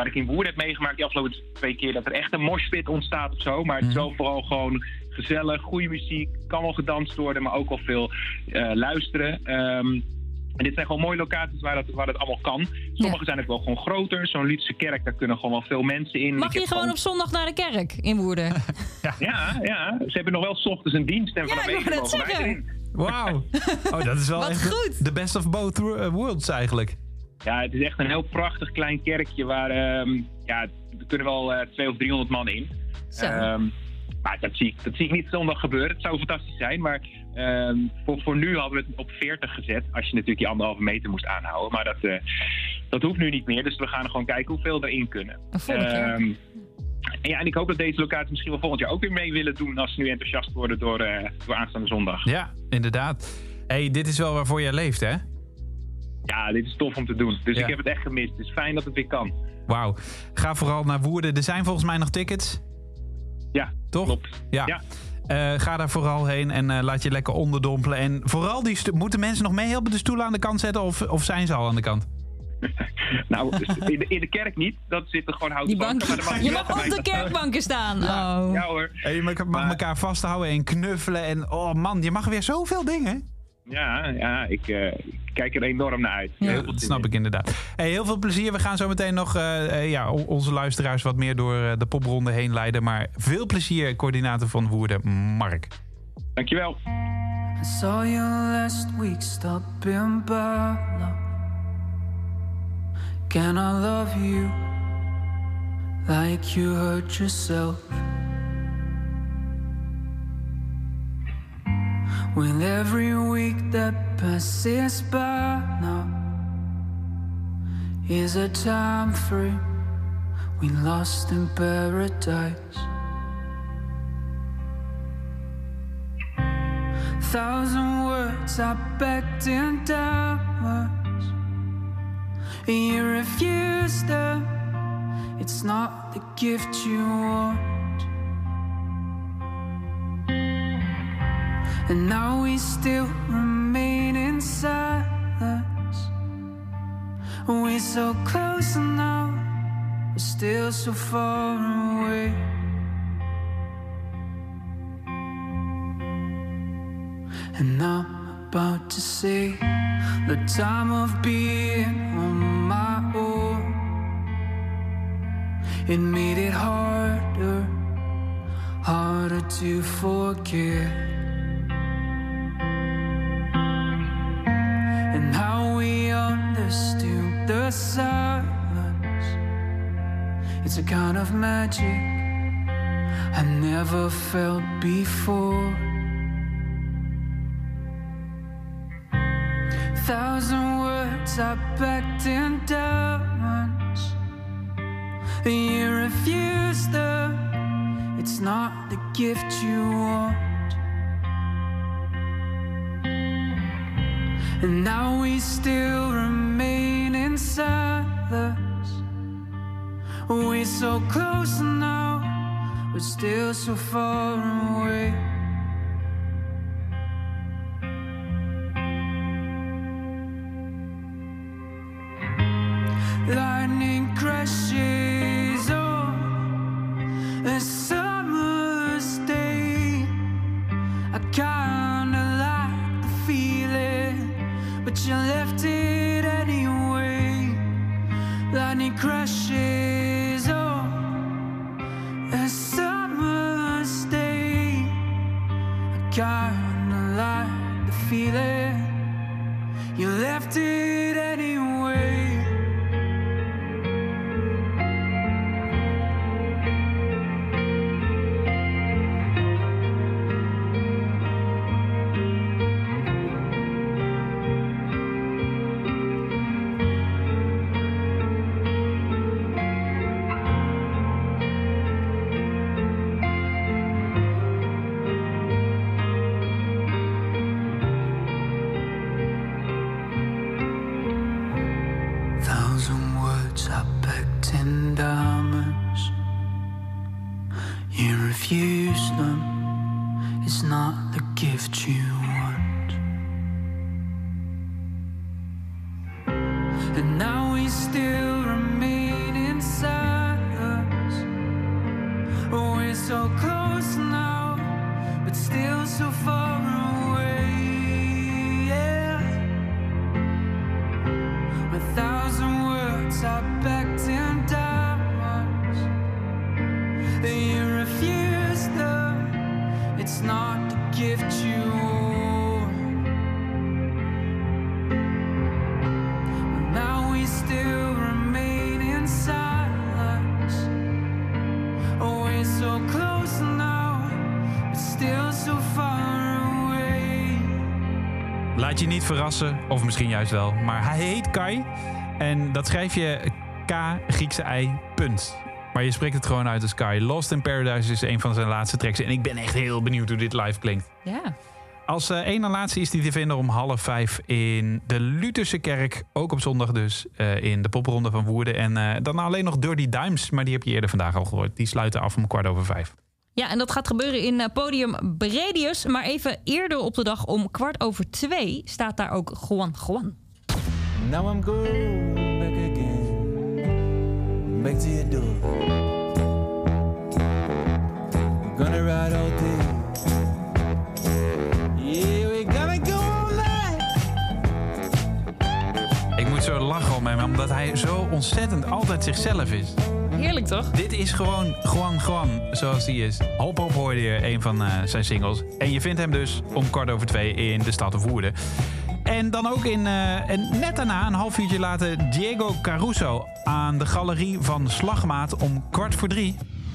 Speaker 12: waar ik in Woerden heb meegemaakt die afgelopen twee keer, dat er echt een moshpit ontstaat of zo. Maar het is wel vooral gewoon gezellig, goede muziek, kan wel gedanst worden, maar ook wel veel uh, luisteren. Um, en dit zijn gewoon mooie locaties waar dat, waar dat allemaal kan. Sommige ja. zijn ook wel gewoon groter. Zo'n Lutse kerk, daar kunnen gewoon wel veel mensen in.
Speaker 2: Mag je gewoon, gewoon op zondag naar de kerk in Woerden?
Speaker 12: ja. ja, ja, ze hebben nog wel 's ochtends een dienst en
Speaker 2: ja,
Speaker 12: vanaf negen mogen wij erin.
Speaker 4: Wauw. Oh, dat is wel echt
Speaker 2: goed.
Speaker 4: de best of both worlds eigenlijk.
Speaker 12: Ja, het is echt een heel prachtig klein kerkje waar um, ja, er kunnen wel uh, tweehonderd of driehonderd man in. Um, maar dat zie, ik, dat zie ik niet zondag gebeuren. Het zou fantastisch zijn, maar um, voor, voor nu hadden we het op veertig gezet. Als je natuurlijk die anderhalve meter moest aanhouden. Maar dat, uh, dat hoeft nu niet meer, dus we gaan gewoon kijken hoeveel erin kunnen. Um, en, ja, en ik hoop dat deze locatie misschien wel volgend jaar ook weer mee willen doen als ze nu enthousiast worden door, uh, door aanstaande zondag.
Speaker 4: Ja, inderdaad. Hey, dit is wel waarvoor jij leeft, hè?
Speaker 12: Ja, dit is tof om te doen. Dus
Speaker 4: ja.
Speaker 12: ik heb het echt gemist. Het is fijn dat het weer kan.
Speaker 4: Wauw. Ga vooral naar Woerden. Er zijn volgens mij nog tickets.
Speaker 12: Ja,
Speaker 4: toch?
Speaker 12: Klopt.
Speaker 4: Ja.
Speaker 12: ja.
Speaker 4: Uh, ga daar vooral heen en uh, laat je lekker onderdompelen. En vooral, die stu- moeten mensen nog meehelpen de stoelen aan de kant zetten? Of, of zijn ze al aan de kant?
Speaker 12: nou, in de, in de kerk niet. Dat zitten gewoon houten
Speaker 2: die banken.
Speaker 12: banken. Maar
Speaker 2: je mag op de kerkbanken staan.
Speaker 12: Ja,
Speaker 2: oh.
Speaker 12: ja hoor.
Speaker 4: Hey, je mag maar... elkaar vasthouden en knuffelen. En oh man, je mag weer zoveel dingen.
Speaker 12: Ja, ja ik, uh, ik kijk er enorm naar uit.
Speaker 4: Ja, heel dat snap ik inderdaad. Hey, heel veel plezier. We gaan zo meteen nog uh, uh, ja, onze luisteraars wat meer door uh, de popronde heen leiden. Maar veel plezier, coördinator van Woerden, Mark.
Speaker 12: Dankjewel.
Speaker 11: I saw you last week, stop in Berlin. Can I love you like you hurt yourself? With every week that passes by now is a time frame we lost in paradise. Thousand words I begged in diamonds, you refused them. It's not the gift you want. And now we still remain in silence. We're so close now, we're still so far away. And I'm about to say the time of being on my own, it made it harder, harder to forget. And how we understood the silence, it's a kind of magic I never felt before. Thousand words I packed in diamonds, you refused them. It's not the gift you want. And now we still remain in silence. We're so close now, we're still so far away. Lightning crashes on a summer's day. I kinda like the feeling, but you left it anyway. Lightning crashes on a summer's day. I kinda like the feeling, you left it anyway. And now we still remain inside.
Speaker 4: Laat je niet verrassen, of misschien juist wel. Maar hij heet Kai. En dat schrijf je K, Griekse I, punt. Maar je spreekt het gewoon uit als Kai. Lost in Paradise is een van zijn laatste tracks. En ik ben echt heel benieuwd hoe dit live klinkt.
Speaker 2: Ja.
Speaker 4: Als uh, één na laatste is die te vinden om half vijf in de Lutherse Kerk. Ook op zondag dus, uh, in de popronde van Woerden. En uh, dan alleen nog Dirty Dimes, maar die heb je eerder vandaag al gehoord. Die sluiten af om kwart over vijf.
Speaker 2: Ja, en dat gaat gebeuren in uh, Podium Bredius. Maar even eerder op de dag om kwart over twee staat daar ook Juan Juan.
Speaker 11: Now I'm going back again, back to your door. We're gonna ride all day. Yeah, we gonna go all night.
Speaker 4: Ik moet zo lachen om hem, omdat hij zo ontzettend altijd zichzelf is.
Speaker 2: Heerlijk toch?
Speaker 4: Dit is gewoon Juan Juan, zoals hij is. Hop Hop hoorde je, een van uh, zijn singles. En je vindt hem dus om kwart over twee in de stad of Woerden. En dan ook in, uh, en net daarna, een half uurtje later, Diego Caruso aan de galerie van Slagmaat om kwart voor drie.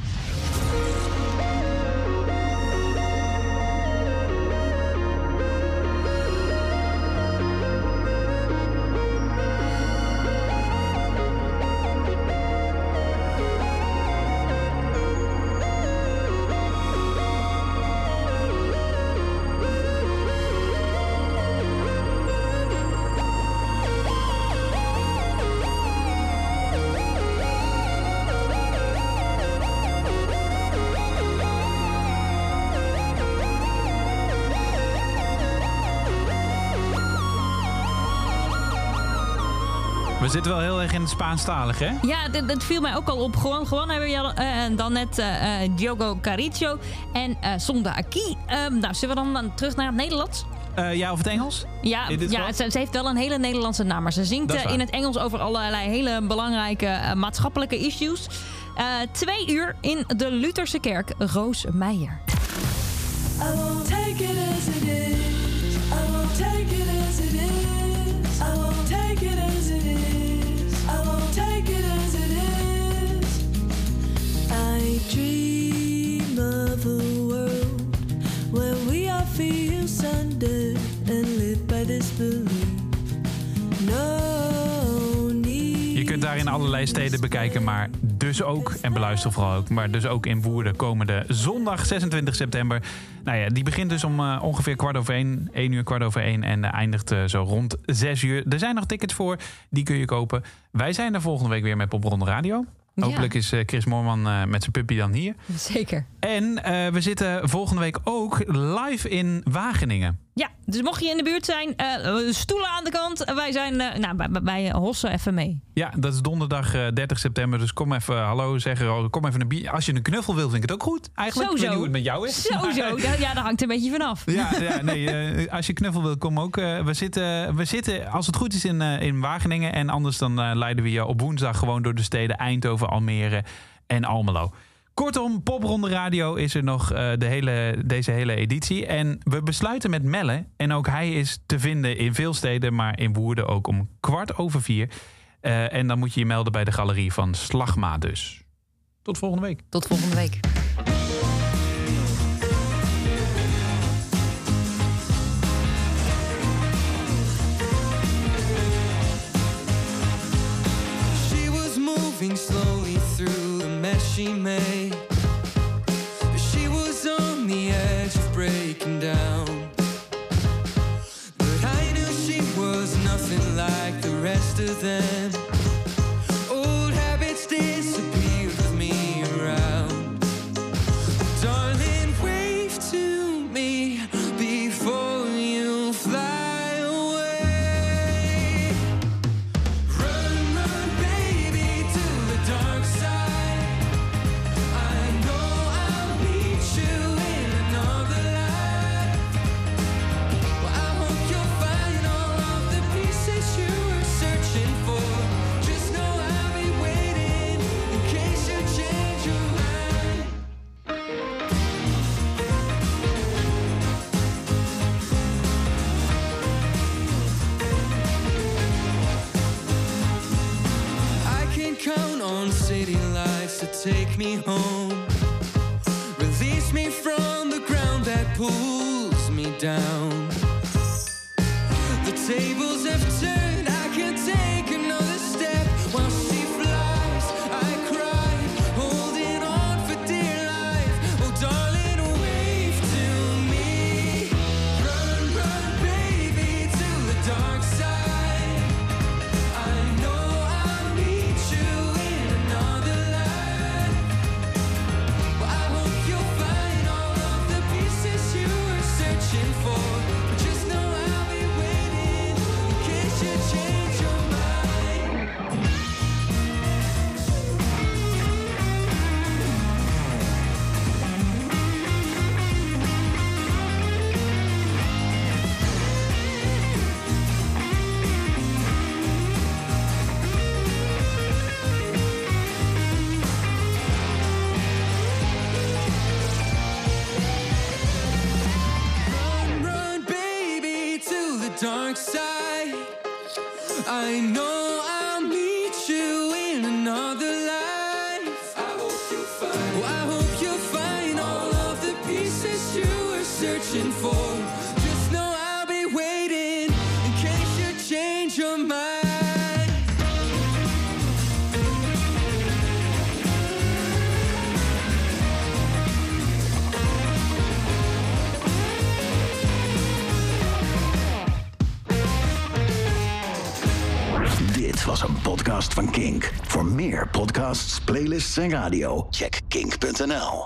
Speaker 4: We zitten wel heel erg in het Spaanstalig, hè?
Speaker 2: Ja, dat, dat viel mij ook al op. Gewoon, gewoon hebben we uh, dan net uh, uh, Diogo Caricio en uh, Sonda Aki. Um, nou, zullen we dan, dan terug naar het Nederlands?
Speaker 4: Uh, ja, of het Engels?
Speaker 2: Ja, ja ze, ze heeft wel een hele Nederlandse naam. Maar ze zingt uh, in het Engels over allerlei hele belangrijke uh, maatschappelijke issues. Uh, twee uur in de Lutherse Kerk. Roos Meijer.
Speaker 9: I won't take it as it is. I won't take it as it is. I won't take it as it is. I won't take it as it is. I dream of a world where we all feel sundered and live by this belief. No need.
Speaker 4: Je kunt daar in allerlei steden bekijken, maar dus ook, en beluister vooral ook, maar dus ook in Woerden komende zondag zesentwintig september. Nou ja, die begint dus om uh, ongeveer kwart over één, één uur kwart over één en uh, eindigt uh, zo rond zes uur. Er zijn nog tickets voor, die kun je kopen. Wij zijn er volgende week weer met Popronde Radio. Ja. Hopelijk is uh, Chris Moorman uh, met zijn puppy dan hier.
Speaker 2: Zeker.
Speaker 4: En uh, we zitten volgende week ook live in Wageningen.
Speaker 2: Ja, dus mocht je in de buurt zijn, uh, stoelen aan de kant. Wij zijn uh, nou, bij, bij Hossen even mee.
Speaker 4: Ja, dat is donderdag uh, dertig september. Dus kom even uh, hallo zeggen. Kom even een bier. Als je een knuffel wil, vind ik het ook goed. Eigenlijk.
Speaker 2: Sowieso.
Speaker 4: Ik weet niet hoe het met jou is.
Speaker 2: Sowieso. Ja, daar hangt een beetje vanaf.
Speaker 4: Ja, ja nee, uh, als je knuffel wil, kom ook. Uh, we, zitten, we zitten, als het goed is, in, uh, in Wageningen. En anders dan uh, leiden we je op woensdag gewoon door de steden Eindhoven, Almere en Almelo. Kortom, Popronde Radio is er nog uh, de hele, deze hele editie. En we besluiten met Melle. En ook hij is te vinden in veel steden, maar in Woerden ook om kwart over vier. Uh, en dan moet je je melden bij de galerie van Slagma dus. Tot volgende week.
Speaker 2: Tot volgende week.
Speaker 13: She was moving slowly through the mess she made. She was on the edge of breaking down. But I knew she was nothing like the rest of them. Old habits disappeared with me around. Darling, wave to me before you fly away. Run, run, baby, to the dark side. I know I'll meet you in another life. Well, I hope you'll find all of the pieces you were searching for. Just know I'll be waiting in case you change your mind. I can count on city lights to take me home. Release me from the ground that pulls me down. tables have turned. I can't take another step while she flies. I cry, holding on for dear life. Oh, darling, wave to me. Run, run, baby, to the dark side. I know I'll meet you in another life. Well, I hope you'll find all of the pieces you were searching for. But just know I'll be waiting in case you change your mind. Run, run, baby, to the dark side. I know I'll meet you in another life. I hope you find. Oh, I hope you'll find all of the pieces you were searching for. Just know I'll be waiting in case you change your mind.
Speaker 14: Dit was een podcast van Kink. Voor meer podcasts, playlists en radio, check kink punt n l.